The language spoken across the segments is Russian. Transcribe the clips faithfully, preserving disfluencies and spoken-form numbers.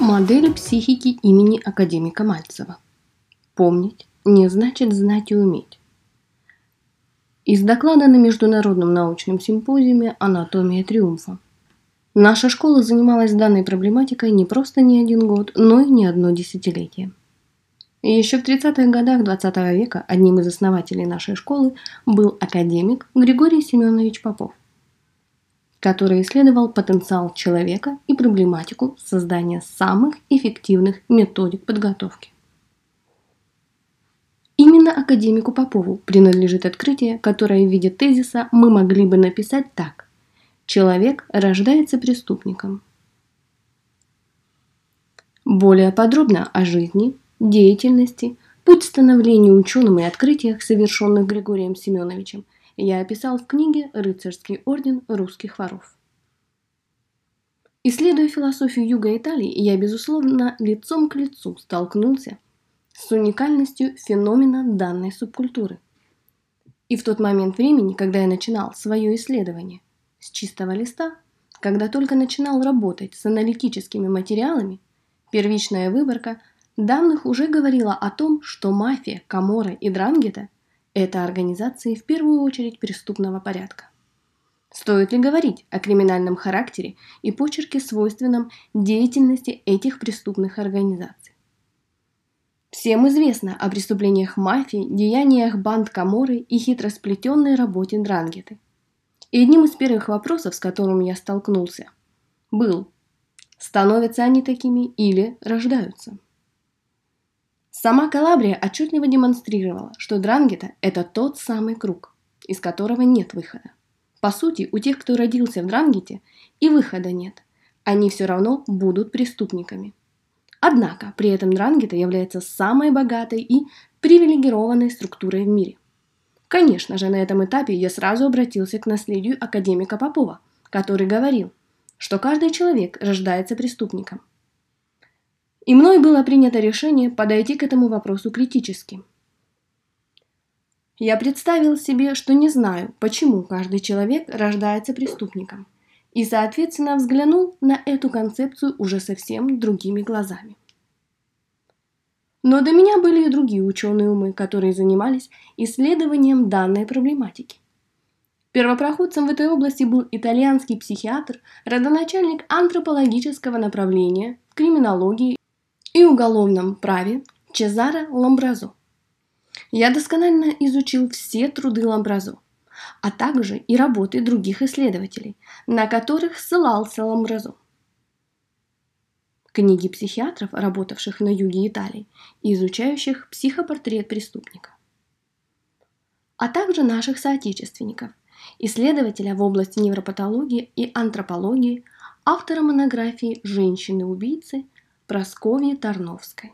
Модель психики имени академика Мальцева. Помнить не значит знать и уметь. Из доклада на Международном научном симпозиуме «Анатомия триумфа». Наша школа занималась данной проблематикой не просто не один год, но и не одно десятилетие. И еще в тридцатых годах двадцатого века одним из основателей нашей школы был академик Григорий Семенович Попов, который исследовал потенциал человека и проблематику создания самых эффективных методик подготовки. Именно академику Попову принадлежит открытие, которое в виде тезиса мы могли бы написать так: «Человек рождается преступником». Более подробно о жизни, деятельности, путь становления ученым и открытиях, совершенных Григорием Семеновичем, я описал в книге «Рыцарский орден русских воров». Исследуя философию Юга Италии, я, безусловно, лицом к лицу столкнулся с уникальностью феномена данной субкультуры. И в тот момент времени, когда я начинал свое исследование с чистого листа, когда только начинал работать с аналитическими материалами, первичная выборка данных уже говорила о том, что мафия, каморра и дрангета – это организации в первую очередь преступного порядка. Стоит ли говорить о криминальном характере и почерке, свойственном деятельности этих преступных организаций? Всем известно о преступлениях мафии, деяниях банд каморры и хитросплетенной работе дрангеты. И одним из первых вопросов, с которым я столкнулся, был: становятся они такими или рождаются? Сама Калабрия отчетливо демонстрировала, что дрангета – это тот самый круг, из которого нет выхода. По сути, у тех, кто родился в дрангете, и выхода нет. Они все равно будут преступниками. Однако, при этом дрангета является самой богатой и привилегированной структурой в мире. Конечно же, на этом этапе я сразу обратился к наследию академика Попова, который говорил, что каждый человек рождается преступником. И мной было принято решение подойти к этому вопросу критически. Я представил себе, что не знаю, почему каждый человек рождается преступником, и, соответственно, взглянул на эту концепцию уже совсем другими глазами. Но до меня были и другие ученые умы, которые занимались исследованием данной проблематики. Первопроходцем в этой области был итальянский психиатр, родоначальник антропологического направления в криминологии и уголовном праве Чезаре Ламбразо. Я досконально изучил все труды Ламбразо, а также и работы других исследователей, на которых ссылался Ламбразо. Книги психиатров, работавших на юге Италии и изучающих психопортрет преступника. А также наших соотечественников, исследователя в области невропатологии и антропологии, автора монографии «Женщины-убийцы» Прасковьи Тарновской.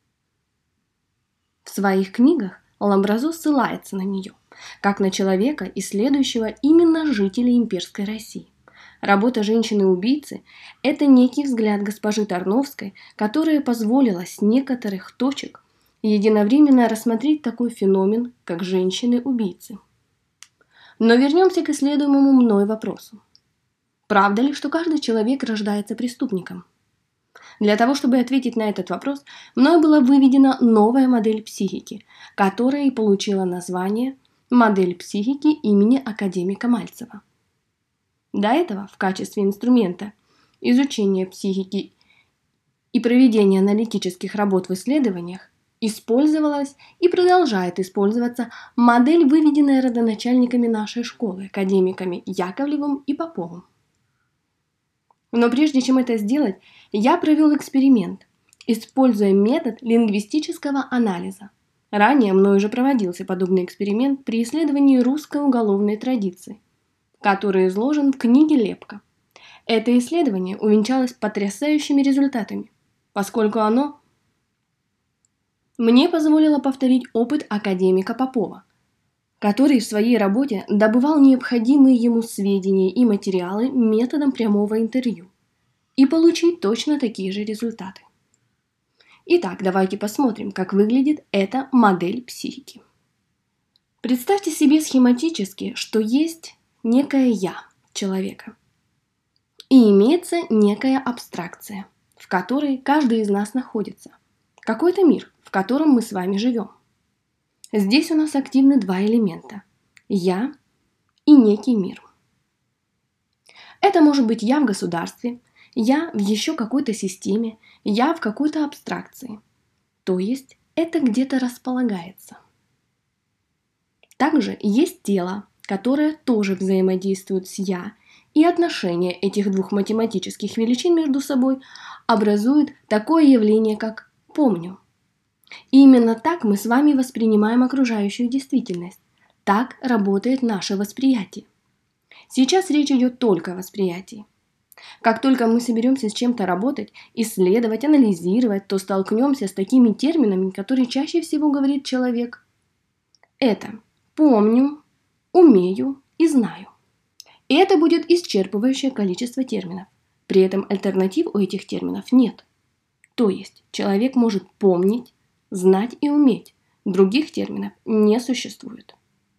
В своих книгах Ламбразо ссылается на нее, как на человека, исследующего именно жителей имперской России. Работа «Женщины-убийцы» – это некий взгляд госпожи Тарновской, которая позволила с некоторых точек единовременно рассмотреть такой феномен, как женщины-убийцы. Но вернемся к исследуемому мной вопросу. Правда ли, что каждый человек рождается преступником? Для того, чтобы ответить на этот вопрос, мной была выведена новая модель психики, которая и получила название «Модель психики имени академика Мальцева». До этого в качестве инструмента изучения психики и проведения аналитических работ в исследованиях использовалась и продолжает использоваться модель, выведенная родоначальниками нашей школы, академиками Яковлевым и Поповым. Но прежде чем это сделать, я провел эксперимент, используя метод лингвистического анализа. Ранее мной уже проводился подобный эксперимент при исследовании русской уголовной традиции, который изложен в книге Лепко. Это исследование увенчалось потрясающими результатами, поскольку оно мне позволило повторить опыт академика Попова, который в своей работе добывал необходимые ему сведения и материалы методом прямого интервью, и получить точно такие же результаты. Итак, давайте посмотрим, как выглядит эта модель психики. Представьте себе схематически, что есть некое «я» человека, и имеется некая абстракция, в которой каждый из нас находится. Какой-то мир, в котором мы с вами живем. Здесь у нас активны два элемента – «я» и некий мир. Это может быть «я» в государстве, «я» в еще какой-то системе, «я» в какой-то абстракции. То есть это где-то располагается. Также есть тело, которое тоже взаимодействует с «я», и отношение этих двух математических величин между собой образует такое явление, как «помню». И именно так мы с вами воспринимаем окружающую действительность. Так работает наше восприятие. Сейчас речь идет только о восприятии. Как только мы соберемся с чем-то работать, исследовать, анализировать, то столкнемся с такими терминами, которые чаще всего говорит человек. Это «помню», «умею» и «знаю». И это будет исчерпывающее количество терминов. При этом альтернатив у этих терминов нет. То есть человек может помнить, знать и уметь. Других терминов не существует.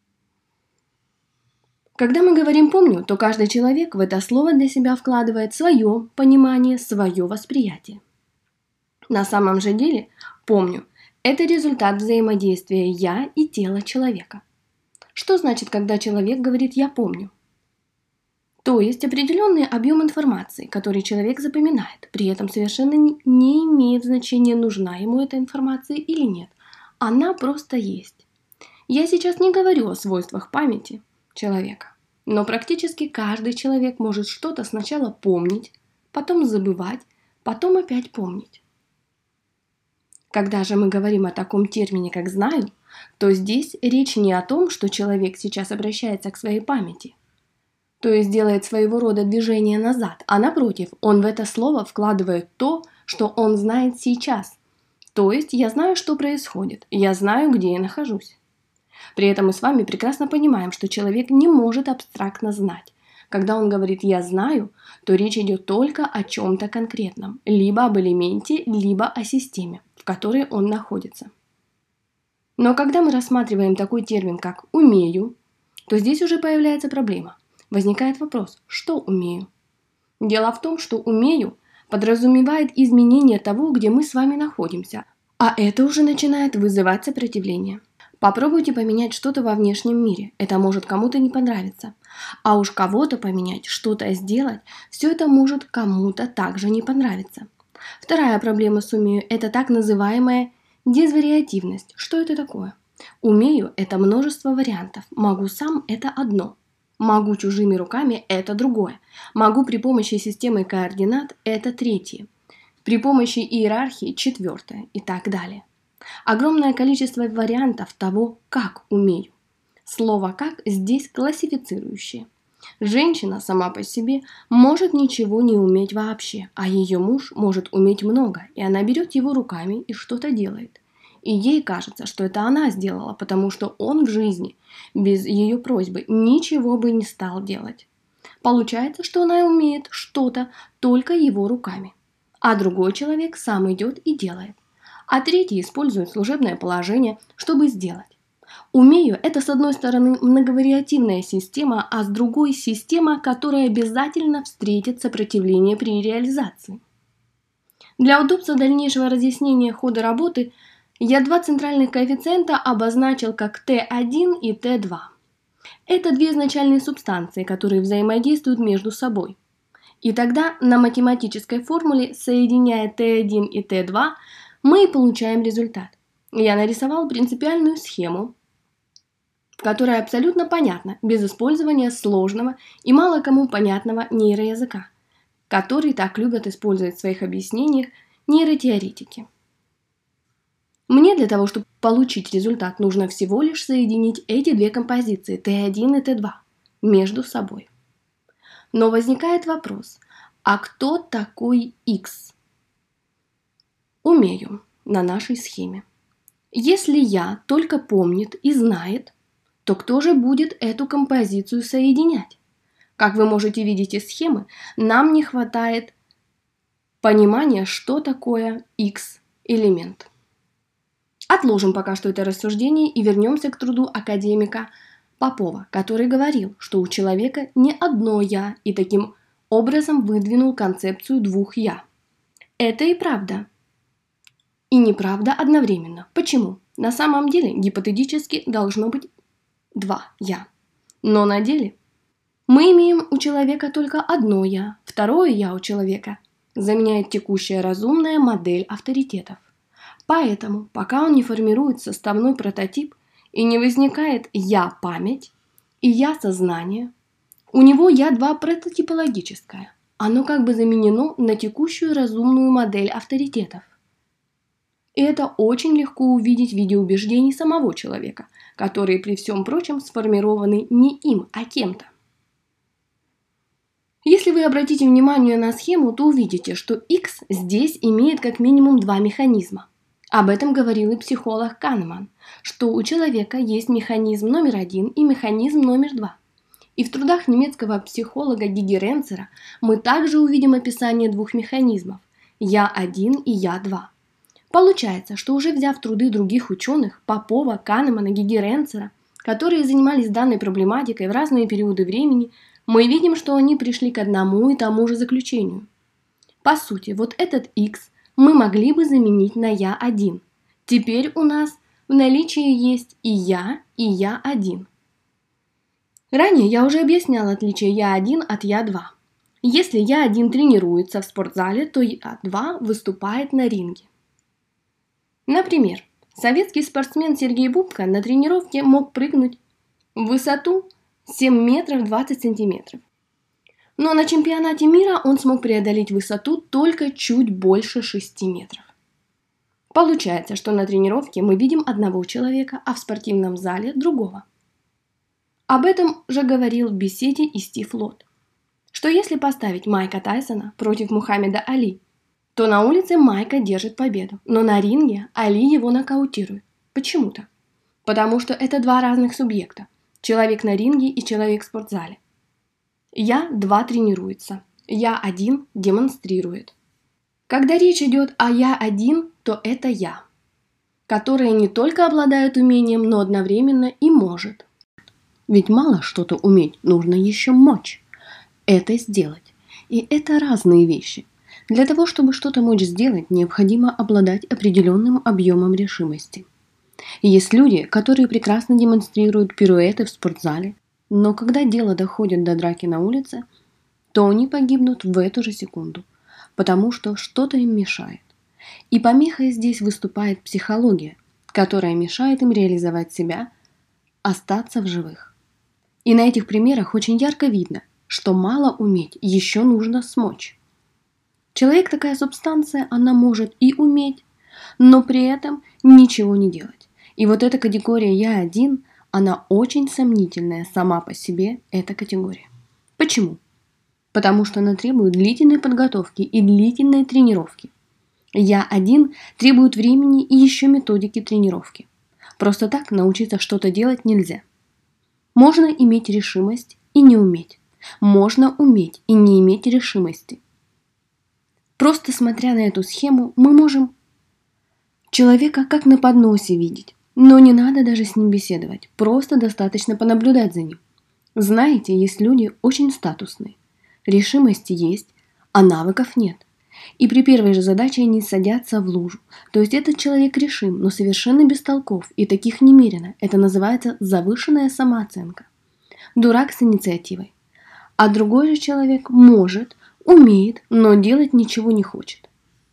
Когда мы говорим «помню», то каждый человек в это слово для себя вкладывает свое понимание, свое восприятие. На самом же деле «помню» – это результат взаимодействия «я» и тела человека. Что значит, когда человек говорит «я помню»? То есть определенный объем информации, который человек запоминает, при этом совершенно не имеет значения, нужна ему эта информация или нет. Она просто есть. Я сейчас не говорю о свойствах памяти человека, но практически каждый человек может что-то сначала помнить, потом забывать, потом опять помнить. Когда же мы говорим о таком термине, как «знаю», то здесь речь не о том, что человек сейчас обращается к своей памяти, то есть делает своего рода движение назад, а напротив, он в это слово вкладывает то, что он знает сейчас. То есть я знаю, что происходит, я знаю, где я нахожусь. При этом мы с вами прекрасно понимаем, что человек не может абстрактно знать. Когда он говорит «я знаю», то речь идет только о чем-то конкретном, либо об элементе, либо о системе, в которой он находится. Но когда мы рассматриваем такой термин, как «умею», то здесь уже появляется проблема. Возникает вопрос, что умею? Дело в том, что умею подразумевает изменение того, где мы с вами находимся, а это уже начинает вызывать сопротивление. Попробуйте поменять что-то во внешнем мире, это может кому-то не понравиться. А уж кого-то поменять, что-то сделать, все это может кому-то также не понравиться. Вторая проблема с «умею» – это так называемая дизвариативность. Что это такое? «Умею» – это множество вариантов, «могу сам» – это одно. Могу чужими руками – это другое. Могу при помощи системы координат – это третье. При помощи иерархии – четвертое и так далее. Огромное количество вариантов того, как умею. Слово «как» здесь классифицирующее. Женщина сама по себе может ничего не уметь вообще, а ее муж может уметь много, и она берет его руками и что-то делает. И ей кажется, что это она сделала, потому что он в жизни без ее просьбы ничего бы не стал делать. Получается, что она умеет что-то только его руками, а другой человек сам идет и делает, а третий использует служебное положение, чтобы сделать. «Умею» – это с одной стороны многовариативная система, а с другой – система, которая обязательно встретит сопротивление при реализации. Для удобства дальнейшего разъяснения хода работы я два центральных коэффициента обозначил как тэ один и тэ два. Это две изначальные субстанции, которые взаимодействуют между собой. И тогда на математической формуле, соединяя тэ один и тэ два, мы и получаем результат. Я нарисовал принципиальную схему, которая абсолютно понятна, без использования сложного и мало кому понятного нейроязыка, который так любят использовать в своих объяснениях нейротеоретики. Мне для того, чтобы получить результат, нужно всего лишь соединить эти две композиции, тэ один и тэ два, между собой. Но возникает вопрос, а кто такой X? Умею на нашей схеме. Если я только помнит и знает, то кто же будет эту композицию соединять? Как вы можете видеть из схемы, нам не хватает понимания, что такое X-элемент. Отложим пока что это рассуждение и вернемся к труду академика Попова, который говорил, что у человека не одно «я» и таким образом выдвинул концепцию двух «я». Это и правда, и неправда одновременно. Почему? На самом деле гипотетически должно быть два «я». Но на деле мы имеем у человека только одно «я», второе «я» у человека заменяет текущая разумная модель авторитетов. Поэтому, пока он не формирует составной прототип и не возникает «я-память» и «я-сознание», у него «я-два» прототипологическое. Оно как бы заменено на текущую разумную модель авторитетов. И это очень легко увидеть в виде убеждений самого человека, которые при всем прочем сформированы не им, а кем-то. Если вы обратите внимание на схему, то увидите, что X здесь имеет как минимум два механизма. Об этом говорил и психолог Канеман, что у человека есть механизм номер один и механизм номер два. И в трудах немецкого психолога Гиги Ренцера мы также увидим описание двух механизмов – «я один» и «я два». Получается, что уже взяв труды других ученых – Попова, Канемана, Гиги Ренцера, которые занимались данной проблематикой в разные периоды времени, мы видим, что они пришли к одному и тому же заключению. По сути, вот этот X мы могли бы заменить на «я один». Теперь у нас в наличии есть и «я», и «я один». Ранее я уже объясняла отличие «я один» от «я два». Если «я один» тренируется в спортзале, то «я два» выступает на ринге. Например, советский спортсмен Сергей Бубка на тренировке мог прыгнуть в высоту семь метров двадцать сантиметров. Но на чемпионате мира он смог преодолеть высоту только чуть больше шести метров. Получается, что на тренировке мы видим одного человека, а в спортивном зале другого. Об этом же говорил в беседе и Стив Лот, что если поставить Майка Тайсона против Мухаммеда Али, то на улице Майка держит победу, но на ринге Али его нокаутирует. Почему-то. Потому что это два разных субъекта. Человек на ринге и человек в спортзале. «Я два» тренируется, «я один» демонстрирует. Когда речь идет о «я один», то это «я», которое не только обладает умением, но одновременно и может. Ведь мало что-то уметь, нужно еще мочь это сделать. И это разные вещи. Для того, чтобы что-то мочь сделать, необходимо обладать определенным объемом решимости. Есть люди, которые прекрасно демонстрируют пируэты в спортзале, но когда дело доходит до драки на улице, то они погибнут в эту же секунду, потому что что-то им мешает. И помехой здесь выступает психология, которая мешает им реализовать себя, остаться в живых. И на этих примерах очень ярко видно, что мало уметь, еще нужно смочь. Человек такая субстанция, она может и уметь, но при этом ничего не делать. И вот эта категория «я один», она очень сомнительная сама по себе, эта категория. Почему? Потому что она требует длительной подготовки и длительной тренировки. «Я один» требует времени и еще методики тренировки. Просто так научиться что-то делать нельзя. Можно иметь решимость и не уметь. Можно уметь и не иметь решимости. Просто смотря на эту схему, мы можем человека как на подносе видеть. Но не надо даже с ним беседовать, просто достаточно понаблюдать за ним. Знаете, есть люди очень статусные. Решимости есть, а навыков нет. И при первой же задаче они садятся в лужу. То есть этот человек решим, но совершенно без толков, и таких немерено. Это называется завышенная самооценка. Дурак с инициативой. А другой же человек может, умеет, но делать ничего не хочет.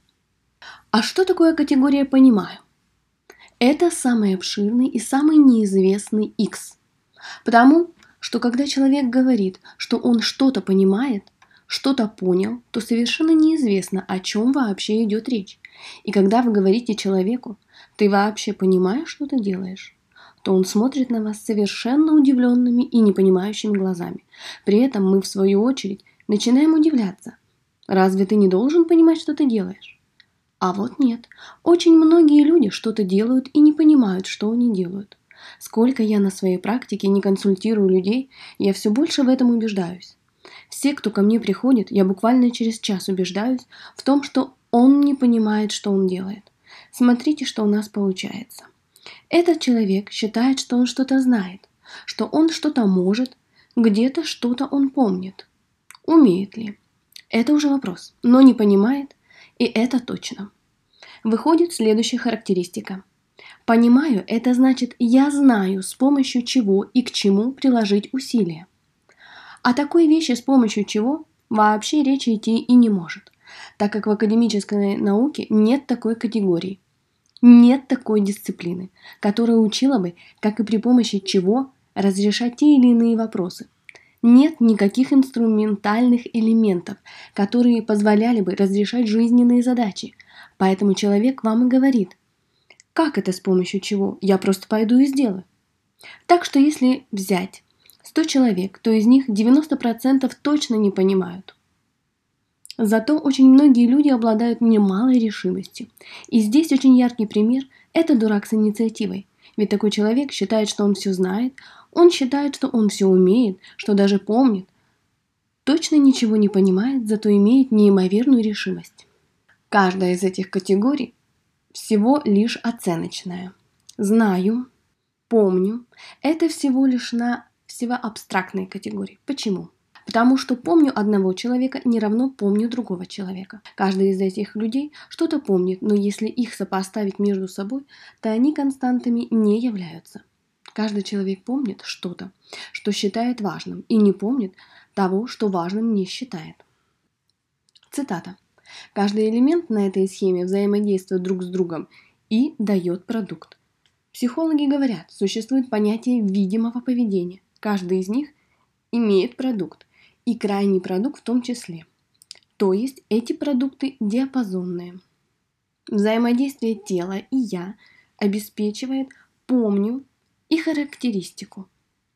А что такое категория «понимаю»? Это самый обширный и самый неизвестный X. Потому что когда человек говорит, что он что-то понимает, что-то понял, то совершенно неизвестно, о чем вообще идет речь. И когда вы говорите человеку, ты вообще понимаешь, что ты делаешь, то он смотрит на вас совершенно удивленными и непонимающими глазами. При этом мы, в свою очередь, начинаем удивляться. Разве ты не должен понимать, что ты делаешь? А вот нет. Очень многие люди что-то делают и не понимают, что они делают. Сколько я на своей практике не консультирую людей, я все больше в этом убеждаюсь. Все, кто ко мне приходит, я буквально через час убеждаюсь в том, что он не понимает, что он делает. Смотрите, что у нас получается. Этот человек считает, что он что-то знает, что он что-то может, где-то что-то он помнит. Умеет ли? Это уже вопрос, но не понимает. И это точно. Выходит следующая характеристика. Понимаю – это значит «я знаю, с помощью чего и к чему приложить усилия». О такой вещи, с помощью чего, вообще речи идти и не может, так как в академической науке нет такой категории, нет такой дисциплины, которая учила бы, как и при помощи чего разрешать те или иные вопросы. Нет никаких инструментальных элементов, которые позволяли бы разрешать жизненные задачи, поэтому человек вам и говорит: как это с помощью чего? Я просто пойду и сделаю. Так что если взять сто человек, то из них девяносто процентов точно не понимают. Зато очень многие люди обладают немалой решимостью. И здесь очень яркий пример – это дурак с инициативой. Ведь такой человек считает, что он все знает, он считает, что он все умеет, что даже помнит. Точно ничего не понимает, зато имеет неимоверную решимость. Каждая из этих категорий всего лишь оценочная. Знаю, помню – это всего лишь на всего абстрактные категории. Почему? Потому что помню одного человека не равно помню другого человека. Каждый из этих людей что-то помнит, но если их сопоставить между собой, то они константами не являются. Каждый человек помнит что-то, что считает важным, и не помнит того, что важным не считает. Цитата. Каждый элемент на этой схеме взаимодействует друг с другом и дает продукт. Психологи говорят, существует понятие видимого поведения. Каждый из них имеет продукт, и крайний продукт в том числе. То есть эти продукты диапазонные. Взаимодействие тела и «я» обеспечивает «помню» и характеристику.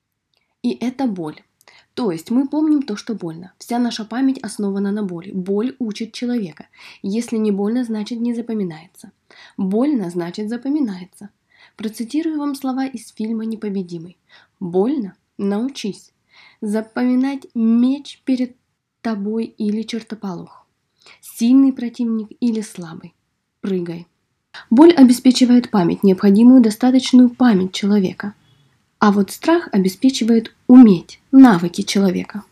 И это боль. То есть мы помним то, что больно. Вся наша память основана на боли. Боль учит человека. Если не больно, значит не запоминается. Больно, значит запоминается. Процитирую вам слова из фильма «Непобедимый». Больно? Научись. Запоминать меч перед тобой или чертополох. Сильный противник или слабый. Прыгай. Боль обеспечивает память, необходимую достаточную память человека. А вот страх обеспечивает уметь, навыки человека.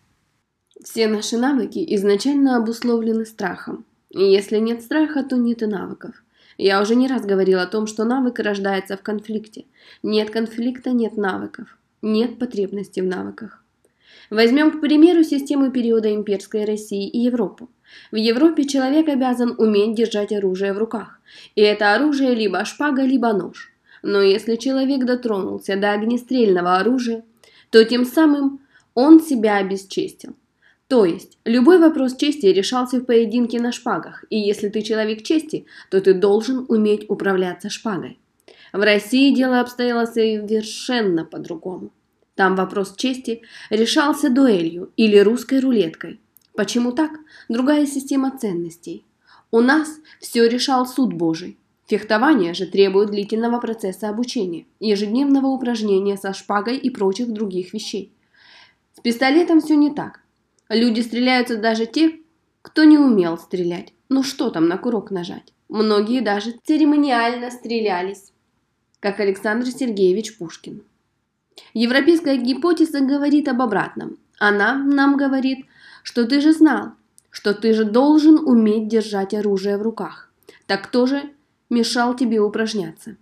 Все наши навыки изначально обусловлены страхом. И если нет страха, то нет и навыков. Я уже не раз говорил о том, что навык рождается в конфликте. Нет конфликта, нет навыков. Нет потребности в навыках. Возьмем, к примеру, систему периода имперской России и Европу. В Европе человек обязан уметь держать оружие в руках. И это оружие либо шпага, либо нож. Но если человек дотронулся до огнестрельного оружия, то тем самым он себя обесчестил. То есть, любой вопрос чести решался в поединке на шпагах, и если ты человек чести, то ты должен уметь управляться шпагой. В России дело обстояло совершенно по-другому. Там вопрос чести решался дуэлью или русской рулеткой. Почему так? Другая система ценностей. У нас все решал суд Божий. Фехтование же требует длительного процесса обучения, ежедневного упражнения со шпагой и прочих других вещей. С пистолетом все не так. Люди стреляются даже те, кто не умел стрелять. Ну что там на курок нажать? Многие даже церемониально стрелялись, как Александр Сергеевич Пушкин. Европейская гипотеза говорит об обратном. Она нам говорит, что ты же знал, что ты же должен уметь держать оружие в руках. Так кто же мешал тебе упражняться?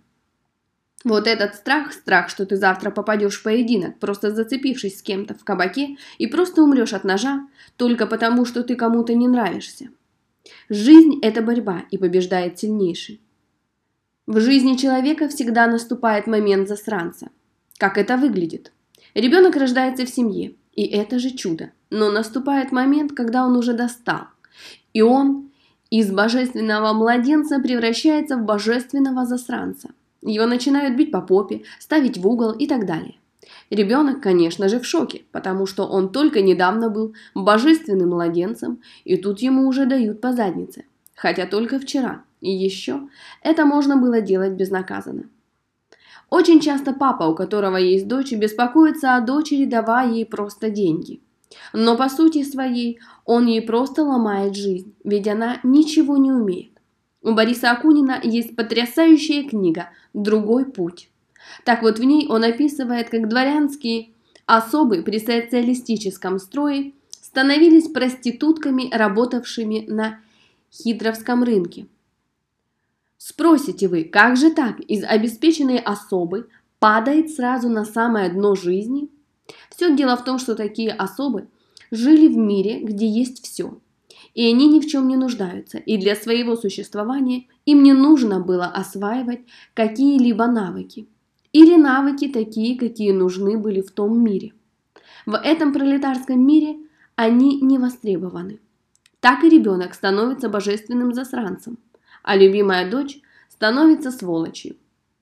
Вот этот страх, страх, что ты завтра попадешь в поединок, просто зацепившись с кем-то в кабаке и просто умрешь от ножа, только потому, что ты кому-то не нравишься. Жизнь – это борьба, и побеждает сильнейший. В жизни человека всегда наступает момент засранца. Как это выглядит? Ребенок рождается в семье, и это же чудо. Но наступает момент, когда он уже достал, и он из божественного младенца превращается в божественного засранца. Его начинают бить по попе, ставить в угол и так далее. Ребенок, конечно же, в шоке, потому что он только недавно был божественным младенцем, и тут ему уже дают по заднице. Хотя только вчера. И еще это можно было делать безнаказанно. Очень часто папа, у которого есть дочь, беспокоится о дочери, давая ей просто деньги. Но по сути своей он ей просто ломает жизнь, ведь она ничего не умеет. У Бориса Акунина есть потрясающая книга «Другой путь». Так вот в ней он описывает, как дворянские особы при социалистическом строе становились проститутками, работавшими на хитровском рынке. Спросите вы, как же так из обеспеченной особы падает сразу на самое дно жизни? Все дело в том, что такие особы жили в мире, где есть все, и они ни в чем не нуждаются, и для своего существования им не нужно было осваивать какие-либо навыки, или навыки такие, какие нужны были в том мире. В этом пролетарском мире они не востребованы. Так и ребенок становится божественным засранцем, а любимая дочь становится сволочью.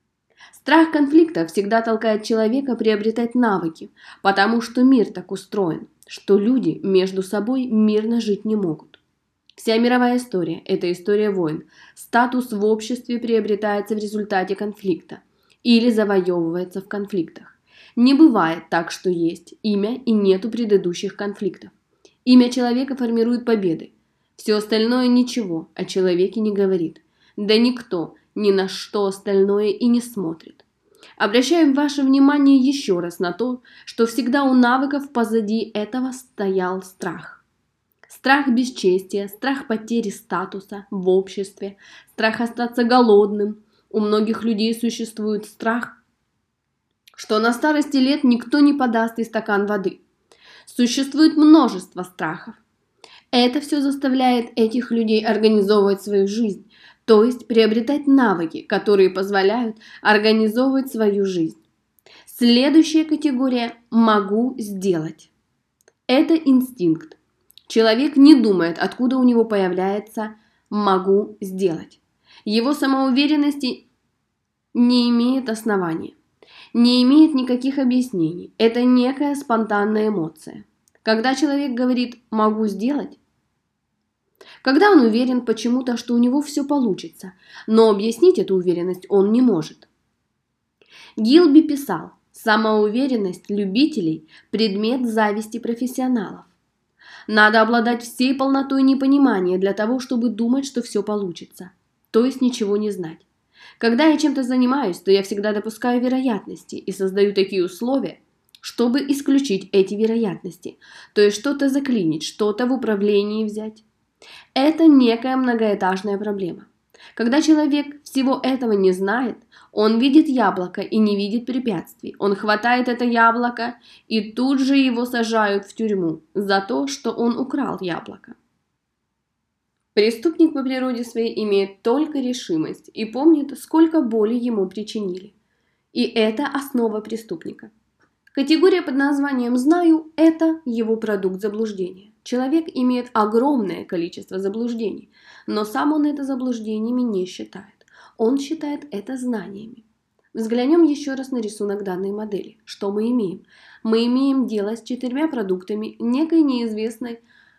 Страх конфликта всегда толкает человека приобретать навыки, потому что мир так устроен, что люди между собой мирно жить не могут. Вся мировая история – это история войн. Статус в обществе приобретается в результате конфликта или завоевывается в конфликтах. Не бывает так, что есть имя и нету предыдущих конфликтов. Имя человека формирует победы. Все остальное ничего о человеке не говорит. Да никто ни на что остальное и не смотрит. Обращаем ваше внимание еще раз на то, что всегда у навыков позади этого стоял страх. Страх бесчестия, страх потери статуса в обществе, страх остаться голодным. У многих людей существует страх, что на старости лет никто не подаст и стакан воды. Существует множество страхов. Это все заставляет этих людей организовывать свою жизнь, то есть приобретать навыки, которые позволяют организовывать свою жизнь. Следующая категория «могу сделать». Это инстинкт. Человек не думает, откуда у него появляется «могу сделать». Его самоуверенности не имеет основания, не имеет никаких объяснений. Это некая спонтанная эмоция. Когда человек говорит «могу сделать», когда он уверен почему-то, что у него все получится, но объяснить эту уверенность он не может. Гилби писал: «Самоуверенность любителей – предмет зависти профессионалов. Надо обладать всей полнотой непонимания для того, чтобы думать, что все получится, то есть ничего не знать. Когда я чем-то занимаюсь, то я всегда допускаю вероятности и создаю такие условия, чтобы исключить эти вероятности, то есть что-то заклинить, что-то в управлении взять. Это некая многоэтажная проблема. Когда человек всего этого не знает, он видит яблоко и не видит препятствий. Он хватает это яблоко, и тут же его сажают в тюрьму за то, что он украл яблоко. Преступник по природе своей имеет только решимость и помнит, сколько боли ему причинили. И это основа преступника. Категория под названием «знаю» – это его продукт заблуждения. Человек имеет огромное количество заблуждений, но сам он это заблуждениями не считает. Он считает это знаниями. Взглянем еще раз на рисунок данной модели. Что мы имеем? Мы имеем дело с четырьмя продуктами некой неизвестной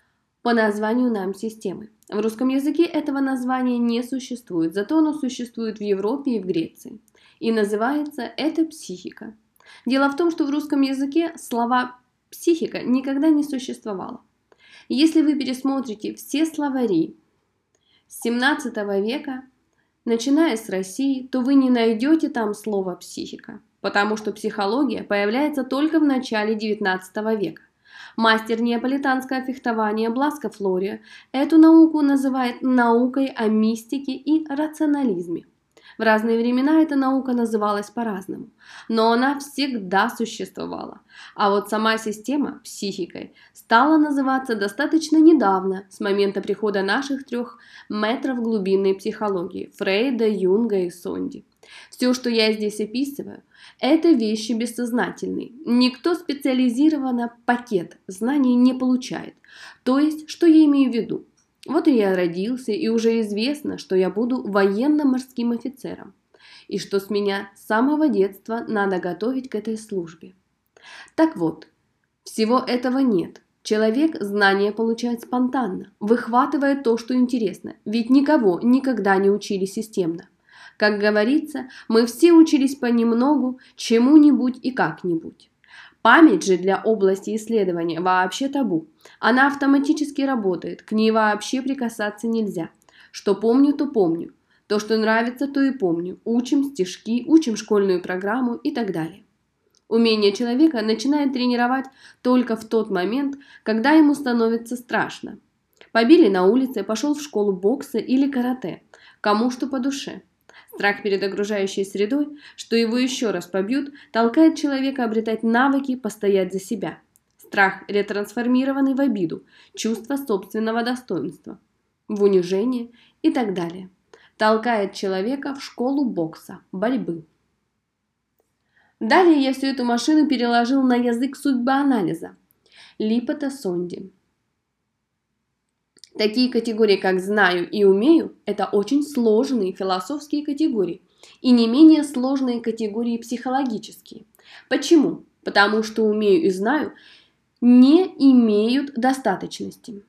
по названию нам системы. В русском языке этого названия не существует, зато оно существует в Европе и в Греции. И называется это психика. Дело в том, что в русском языке слова «психика» никогда не существовало. Если вы пересмотрите все словари семнадцатого века, начиная с России, то вы не найдете там слова «психика», потому что психология появляется только в начале девятнадцатого века. Мастер неаполитанского фехтования Бласко Флорио эту науку называет наукой о мистике и рационализме. В разные времена эта наука называлась по-разному, но она всегда существовала. А вот сама система психикой стала называться достаточно недавно, с момента прихода наших трех метров глубинной психологии – Фрейда, Юнга и Сонди. Все, что я здесь описываю, это вещи бессознательные. Никто специализированно пакет знаний не получает. То есть, что я имею в виду? Вот и я родился, и уже известно, что я буду военно-морским офицером, и что с меня с самого детства надо готовить к этой службе. Так вот, всего этого нет. Человек знания получает спонтанно, выхватывая то, что интересно, ведь никого никогда не учили системно. Как говорится, мы все учились понемногу, чему-нибудь и как-нибудь. Память же для области исследования вообще табу. Она автоматически работает, к ней вообще прикасаться нельзя. Что помню, то помню. То, что нравится, то и помню. Учим стишки, учим школьную программу и так далее. Умение человека начинает тренировать только в тот момент, когда ему становится страшно. Побили на улице, пошел в школу бокса или карате. Кому что по душе. Страх перед окружающей средой, что его еще раз побьют, толкает человека обретать навыки постоять за себя. Страх, ретрансформированный в обиду, чувство собственного достоинства, в унижение и так далее, толкает человека в школу бокса, борьбы. Далее я всю эту машину переложил на язык судьбоанализа, Липпета Сонди. Такие категории, как «знаю» и «умею» – это очень сложные философские категории и не менее сложные категории психологические. Почему? Потому что «умею» и «знаю» не имеют достаточности.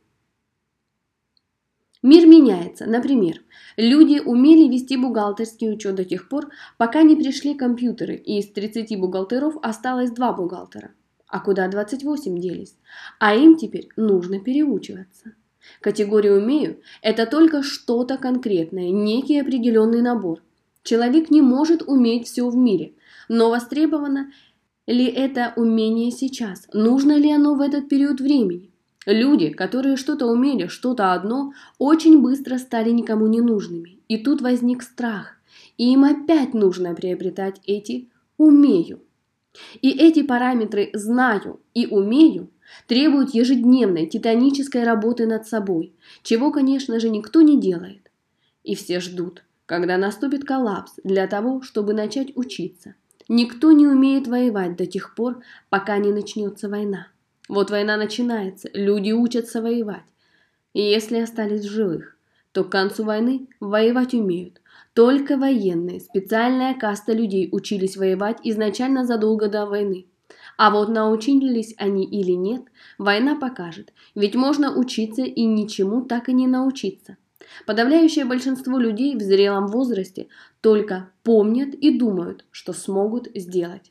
Мир меняется. Например, люди умели вести бухгалтерский учет до тех пор, пока не пришли компьютеры, и из тридцати бухгалтеров осталось два бухгалтера. А куда двадцать восемь делись? А им теперь нужно переучиваться. Категория «умею» – это только что-то конкретное, некий определенный набор. Человек не может уметь все в мире, но востребовано ли это умение сейчас? Нужно ли оно в этот период времени? Люди, которые что-то умели, что-то одно, очень быстро стали никому не нужными. И тут возник страх. И им опять нужно приобретать эти «умею». И эти параметры «знаю» и «умею» требуют ежедневной титанической работы над собой, чего, конечно же, никто не делает. И все ждут, когда наступит коллапс для того, чтобы начать учиться. Никто не умеет воевать до тех пор, пока не начнется война. Вот война начинается, люди учатся воевать. И если остались в живых, то к концу войны воевать умеют. Только военные, специальная каста людей учились воевать изначально задолго до войны. А вот научились они или нет, война покажет. Ведь можно учиться и ничему так и не научиться. Подавляющее большинство людей в зрелом возрасте только помнят и думают, что смогут сделать.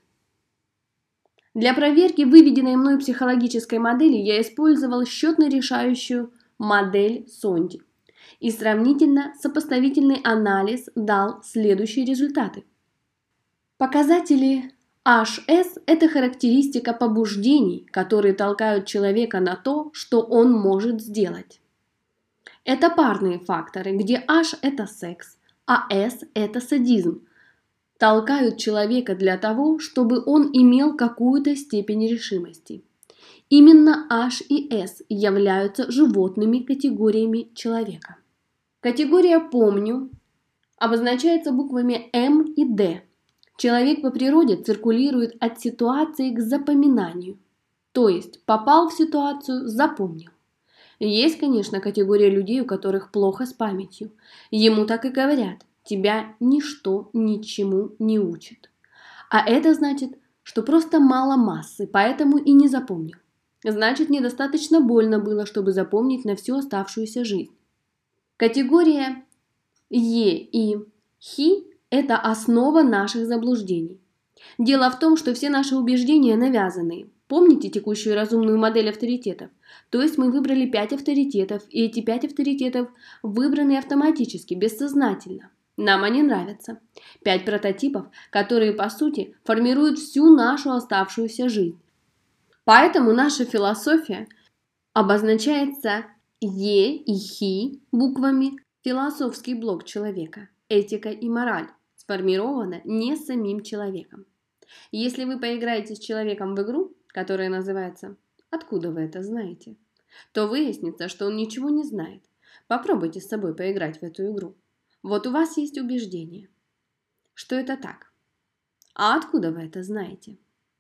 Для проверки выведенной мной психологической модели я использовал счетно-решающую модель Сонди. И сравнительно-сопоставительный анализ дал следующие результаты. Показатели эйч эс – это характеристика побуждений, которые толкают человека на то, что он может сделать. Это парные факторы, где H – это секс, а S – это садизм. Толкают человека для того, чтобы он имел какую-то степень решимости. Именно H и S являются животными категориями человека. Категория «помню» обозначается буквами М и Д. Человек по природе циркулирует от ситуации к запоминанию, то есть попал в ситуацию – запомнил. Есть, конечно, категория людей, у которых плохо с памятью. Ему так и говорят: тебя ничто ничему не учит. А это значит, что просто мало массы, поэтому и не запомнил. Значит, недостаточно больно было, чтобы запомнить на всю оставшуюся жизнь. Категория Е и Хи – это основа наших заблуждений. Дело в том, что все наши убеждения навязанные. Помните текущую разумную модель авторитетов? То есть мы выбрали пять авторитетов, и эти пять авторитетов выбраны автоматически, бессознательно. Нам они нравятся. Пять прототипов, которые, по сути, формируют всю нашу оставшуюся жизнь. Поэтому наша философия обозначается Е и Хи буквами «философский блок человека», «этика и мораль», сформирована не самим человеком. Если вы поиграете с человеком в игру, которая называется «Откуда вы это знаете?», то выяснится, что он ничего не знает. Попробуйте с собой поиграть в эту игру. Вот у вас есть убеждение, что это так. А откуда вы это знаете?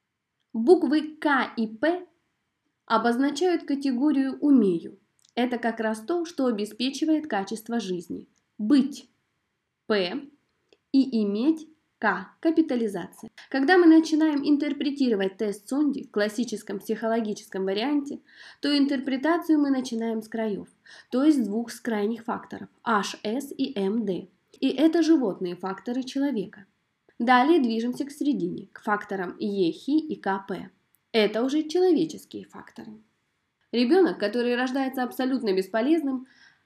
Буквы К и П обозначают категорию «умею». Это как раз то, что обеспечивает качество жизни. Быть – П и иметь – К – капитализация. Когда мы начинаем интерпретировать тест Сонди в классическом психологическом варианте, то интерпретацию мы начинаем с краев, то есть с двух с крайних факторов – эйч эс и эм дэ. И это животные факторы человека. Далее движемся к середине, к факторам Е, Хи и К, П. Это уже человеческие факторы. Ребенок, который рождается абсолютно бесполезным,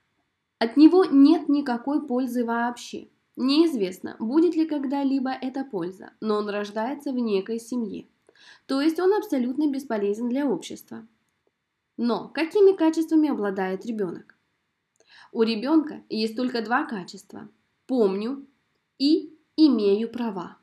от него нет никакой пользы вообще. Неизвестно, будет ли когда-либо эта польза, но он рождается в некой семье. То есть он абсолютно бесполезен для общества. Но какими качествами обладает ребенок? У ребенка есть только два качества – помню и имею права.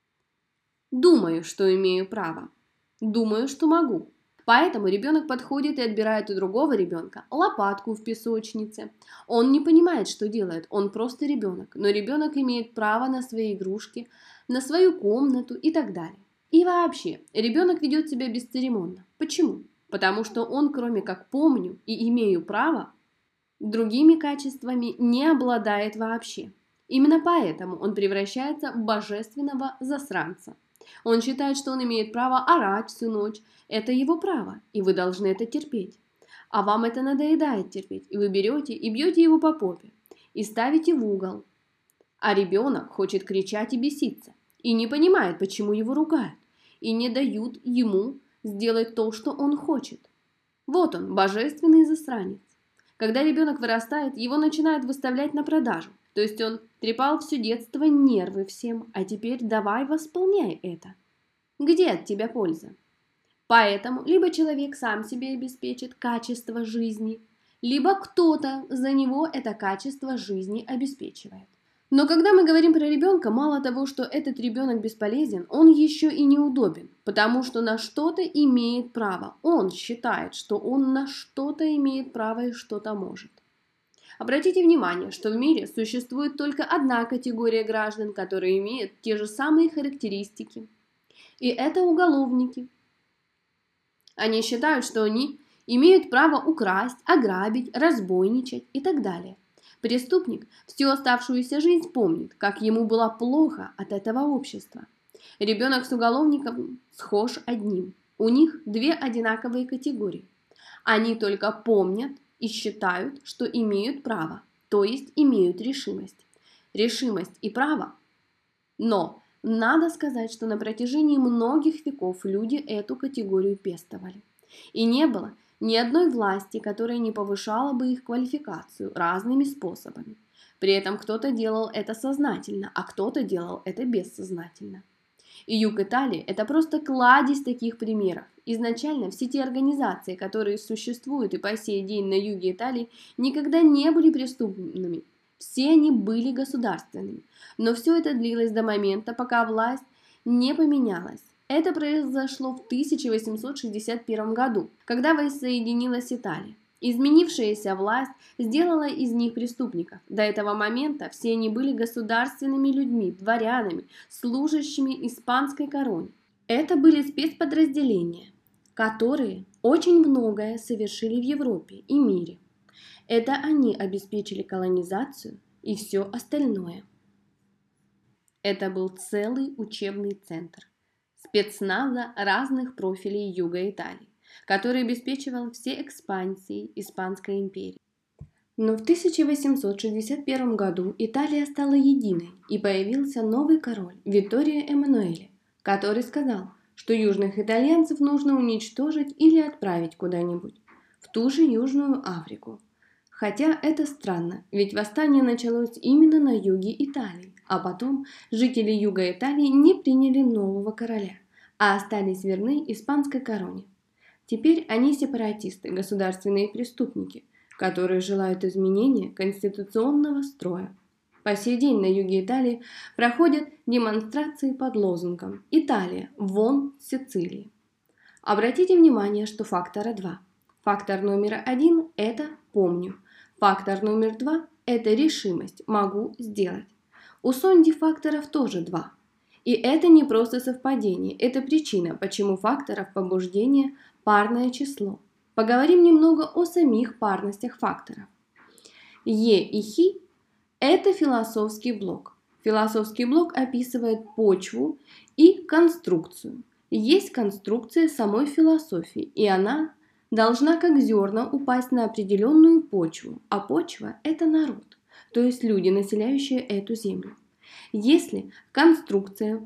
Думаю, что имею право. Думаю, что могу. Поэтому ребенок подходит и отбирает у другого ребенка лопатку в песочнице. Он не понимает, что делает, он просто ребенок, но ребенок имеет право на свои игрушки, на свою комнату и так далее. И вообще, ребенок ведет себя бесцеремонно. Почему? Потому что он, кроме как помню и имею право, другими качествами не обладает вообще. Именно поэтому он превращается в божественного засранца. Он считает, что он имеет право орать всю ночь. Это его право, и вы должны это терпеть. А вам это надоедает терпеть, и вы берете и бьете его по попе, и ставите в угол. А ребенок хочет кричать и беситься, и не понимает, почему его ругают, и не дают ему сделать то, что он хочет. Вот он, божественный засранец. Когда ребенок вырастает, его начинают выставлять на продажу. То есть он трепал все детство нервы всем, а теперь давай восполняй это. Где от тебя польза? Поэтому либо человек сам себе обеспечит качество жизни, либо кто-то за него это качество жизни обеспечивает. Но когда мы говорим про ребенка, мало того, что этот ребенок бесполезен, он еще и неудобен, потому что на что-то имеет право. Он считает, что он на что-то имеет право и что-то может. Обратите внимание, что в мире существует только одна категория граждан, которые имеют те же самые характеристики. И это уголовники. Они считают, что они имеют право украсть, ограбить, разбойничать и так далее. Преступник всю оставшуюся жизнь помнит, как ему было плохо от этого общества. Ребенок с уголовником схож одним. У них две одинаковые категории. Они только помнят и считают, что имеют право, то есть имеют решимость. Решимость и право. Но надо сказать, что на протяжении многих веков люди эту категорию пестовали. И не было ни одной власти, которая не повышала бы их квалификацию разными способами. При этом кто-то делал это сознательно, а кто-то делал это бессознательно. И юг Италии – это просто кладезь таких примеров. Изначально все те организации, которые существуют и по сей день на юге Италии, никогда не были преступными. Все они были государственными. Но все это длилось до момента, пока власть не поменялась. Это произошло в тысяча восемьсот шестьдесят первом году, когда воссоединилась Италия. Изменившаяся власть сделала из них преступников. До этого момента все они были государственными людьми, дворянами, служащими испанской короне. Это были спецподразделения, которые очень многое совершили в Европе и мире. Это они обеспечили колонизацию и все остальное. Это был целый учебный центр спецназа разных профилей юга Италии, который обеспечивал все экспансии Испанской империи. Но в тысяча восемьсот шестьдесят первом году Италия стала единой, и появился новый король Витторио Эммануэле, который сказал, что южных итальянцев нужно уничтожить или отправить куда-нибудь, в ту же Южную Африку. Хотя это странно, ведь восстание началось именно на юге Италии, а потом жители юга Италии не приняли нового короля, а остались верны испанской короне. Теперь они сепаратисты, государственные преступники, которые желают изменения конституционного строя. По сей день на юге Италии проходят демонстрации под лозунгом «Италия, вон с Сицилии». Обратите внимание, что фактора два. Фактор номер один – это «помню». Фактор номер два – это решимость, могу сделать. У Сонди факторов тоже два. И это не просто совпадение, это причина, почему факторов побуждения парное число. Поговорим немного о самих парностях факторов. Е и Хи – это философский блок. Философский блок описывает почву и конструкцию. Есть конструкция самой философии, и она должна как зерна упасть на определенную почву, а почва – это народ, то есть люди, населяющие эту землю. Если конструкция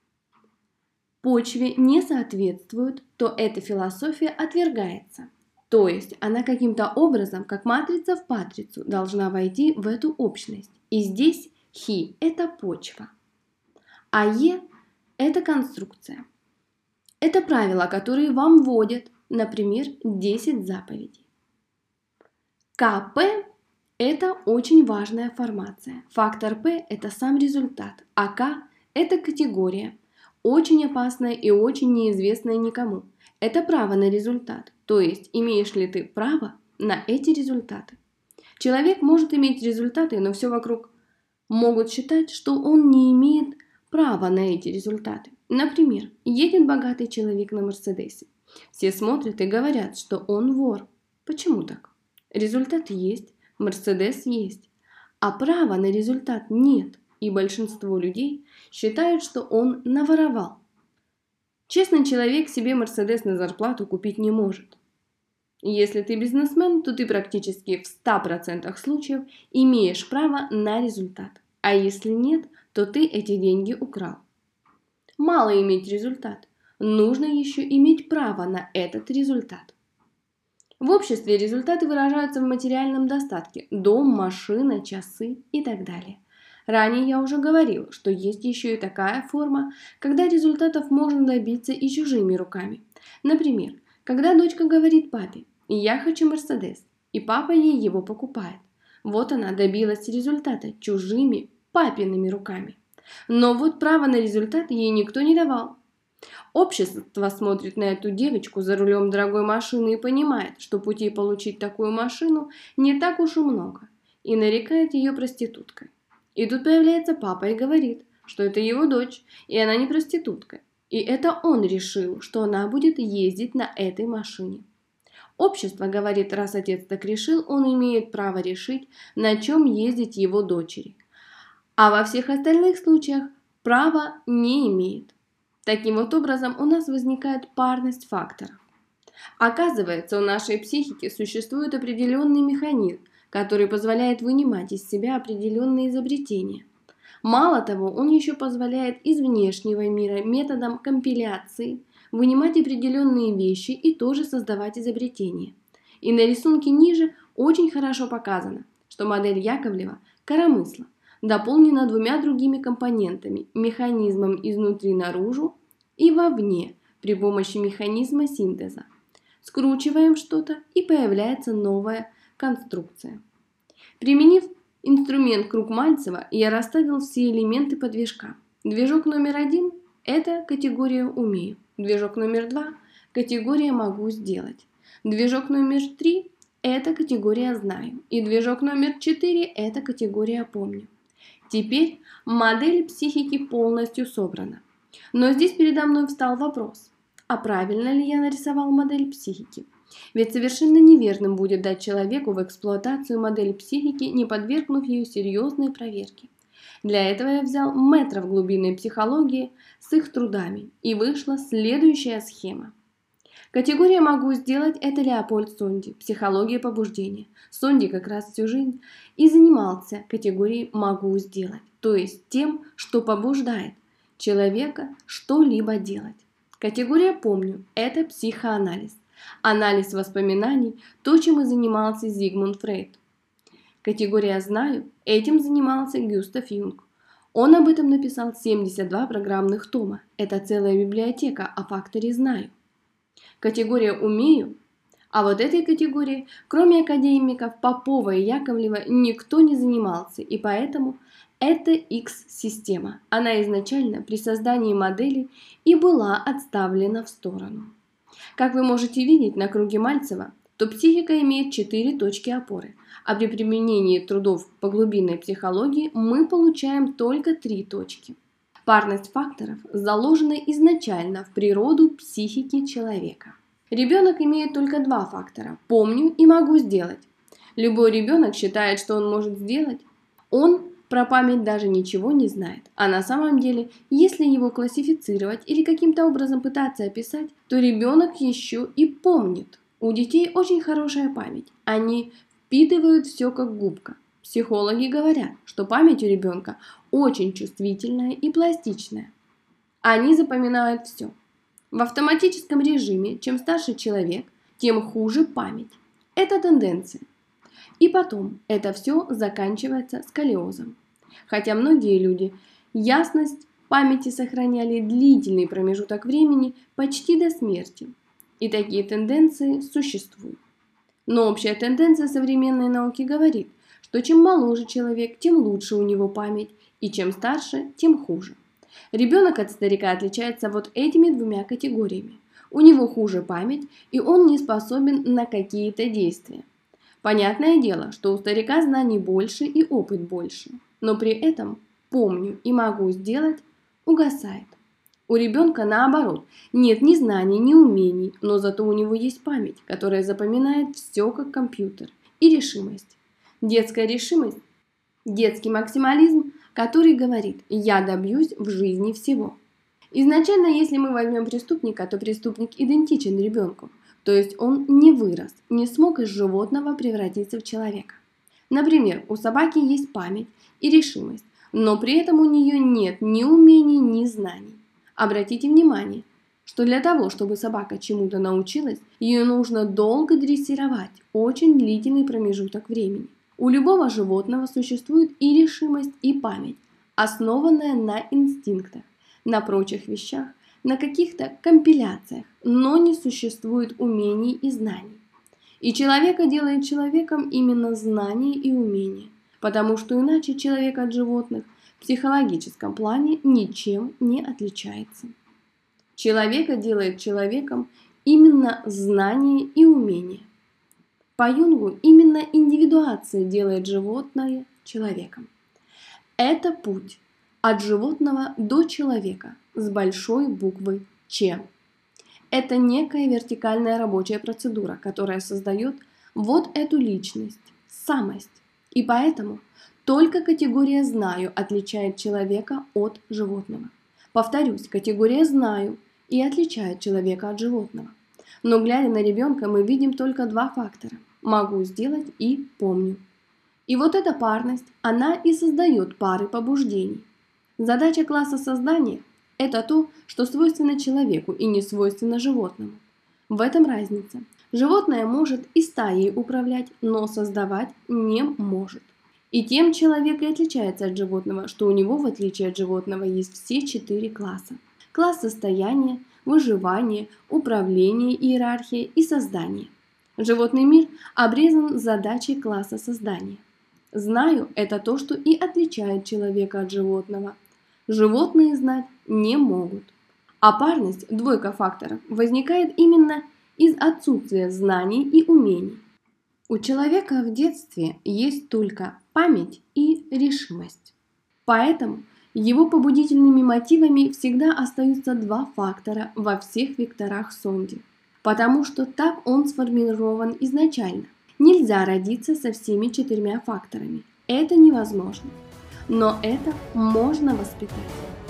почве не соответствует, то эта философия отвергается. То есть она каким-то образом, как матрица в патрицу, должна войти в эту общность. И здесь Хи – это почва, а Е – это конструкция. Это правила, которые вам вводят, например, десять заповедей. КП Это очень важная формация. Фактор P – это сам результат, а K – это категория, очень опасная и очень неизвестная никому. Это право на результат, то есть имеешь ли ты право на эти результаты. Человек может иметь результаты, но все вокруг могут считать, что он не имеет права на эти результаты. Например, едет богатый человек на Мерседесе. Все смотрят и говорят, что он вор. Почему так? Результат есть, Мерседес есть, а права на результат нет, и большинство людей считают, что он наворовал. Честный человек себе Мерседес на зарплату купить не может. Если ты бизнесмен, то ты практически в ста процентах случаев имеешь право на результат. А если нет, то ты эти деньги украл. Мало иметь результат. Нужно еще иметь право на этот результат. В обществе результаты выражаются в материальном достатке – дом, машина, часы и так далее. Ранее я уже говорил, что есть еще и такая форма, когда результатов можно добиться и чужими руками. Например, когда дочка говорит папе: «Я хочу Мерседес», и папа ей его покупает. Вот она добилась результата чужими папиными руками. Но вот право на результат ей никто не давал. Общество смотрит на эту девочку за рулем дорогой машины и понимает, что путей получить такую машину не так уж и много, и нарекает ее проституткой. И тут появляется папа и говорит, что это его дочь, и она не проститутка. И это он решил, что она будет ездить на этой машине. Общество говорит, раз отец так решил, он имеет право решить, на чем ездить его дочери. А во всех остальных случаях права не имеет. Таким вот образом у нас возникает парность факторов. Оказывается, у нашей психики существует определенный механизм, который позволяет вынимать из себя определенные изобретения. Мало того, он еще позволяет из внешнего мира методом компиляции вынимать определенные вещи и тоже создавать изобретения. И на рисунке ниже очень хорошо показано, что модель Яковлева коромысла дополнена двумя другими компонентами – механизмом изнутри наружу и вовне при помощи механизма синтеза. Скручиваем что-то, и появляется новая конструкция. Применив инструмент круг Мальцева, я расставил все элементы подвижка. Движок номер один – это категория «умею». Движок номер два – категория «могу сделать». Движок номер три – это категория «знаю». И движок номер четыре – это категория «помню». Теперь модель психики полностью собрана. Но здесь передо мной встал вопрос, а правильно ли я нарисовал модель психики? Ведь совершенно неверным будет дать человеку в эксплуатацию модель психики, не подвергнув ее серьезной проверке. Для этого я взял мэтров глубинной психологии с их трудами, и вышла следующая схема. Категория «могу сделать» – это Леопольд Сонди, психология побуждения. Сонди как раз всю жизнь и занимался категорией «могу сделать», то есть тем, что побуждает человека что-либо делать. Категория «помню» – это психоанализ, анализ воспоминаний, то, чем и занимался Зигмунд Фрейд. Категория «знаю» – этим занимался Гюстав Юнг. Он об этом написал семьдесят два программных тома. Это целая библиотека о факторе «знаю». Категория «умею», а вот этой категорией, кроме академиков Попова и Яковлева, никто не занимался, и поэтому это X-система. Она изначально при создании модели и была отставлена в сторону. Как вы можете видеть на круге Мальцева, то психика имеет четыре точки опоры, а при применении трудов по глубинной психологии мы получаем только три точки. Парность факторов заложена изначально в природу психики человека. Ребенок имеет только два фактора – помню и могу сделать. Любой ребенок считает, что он может сделать. Он про память даже ничего не знает. А на самом деле, если его классифицировать или каким-то образом пытаться описать, то ребенок еще и помнит. У детей очень хорошая память. Они впитывают все как губка. Психологи говорят, что память у ребенка очень чувствительная и пластичная. Они запоминают все. В автоматическом режиме, чем старше человек, тем хуже память. Это тенденция. И потом это все заканчивается сколиозом. Хотя многие люди ясность памяти сохраняли длительный промежуток времени почти до смерти. И такие тенденции существуют. Но общая тенденция современной науки говорит, что чем моложе человек, тем лучше у него память, и чем старше, тем хуже. Ребенок от старика отличается вот этими двумя категориями. У него хуже память, и он не способен на какие-то действия. Понятное дело, что у старика знаний больше и опыт больше, но при этом «помню и могу сделать» угасает. У ребенка наоборот, нет ни знаний, ни умений, но зато у него есть память, которая запоминает все как компьютер, и решимость. Детская решимость, детский максимализм, который говорит «я добьюсь в жизни всего». Изначально, если мы возьмем преступника, то преступник идентичен ребенку, то есть он не вырос, не смог из животного превратиться в человека. Например, у собаки есть память и решимость, но при этом у нее нет ни умений, ни знаний. Обратите внимание, что для того, чтобы собака чему-то научилась, ее нужно долго дрессировать, очень длительный промежуток времени. У любого животного существует и решимость, и память, основанная на инстинктах, на прочих вещах, на каких-то компиляциях, но не существует умений и знаний. И человека делает человеком именно знание и умение, потому что иначе человек от животных в психологическом плане ничем не отличается. Человека делает человеком именно знание и умение. По Юнгу именно индивидуация делает животное человеком. Это путь от животного до человека с большой буквы Ч. Это некая вертикальная рабочая процедура, которая создает вот эту личность, самость. И поэтому только категория «знаю» отличает человека от животного. Повторюсь, категория «знаю» и отличает человека от животного. Но глядя на ребенка, мы видим только два фактора – «могу сделать» и «помню». И вот эта парность, она и создает пары побуждений. Задача класса создания – это то, что свойственно человеку и не свойственно животному. В этом разница. Животное может и стаей управлять, но создавать не может. И тем человек и отличается от животного, что у него, в отличие от животного, есть все четыре класса. Класс состояния, выживания, управления, иерархия и создания. Животный мир обрезан задачей класса создания. Знаю – это то, что и отличает человека от животного. Животные знать не могут. А парность, двойка факторов, возникает именно из отсутствия знаний и умений. У человека в детстве есть только память и решимость. Поэтому его побудительными мотивами всегда остаются два фактора во всех векторах Сонди. Потому что так он сформирован изначально. Нельзя родиться со всеми четырьмя факторами. Это невозможно. Но это можно воспитать.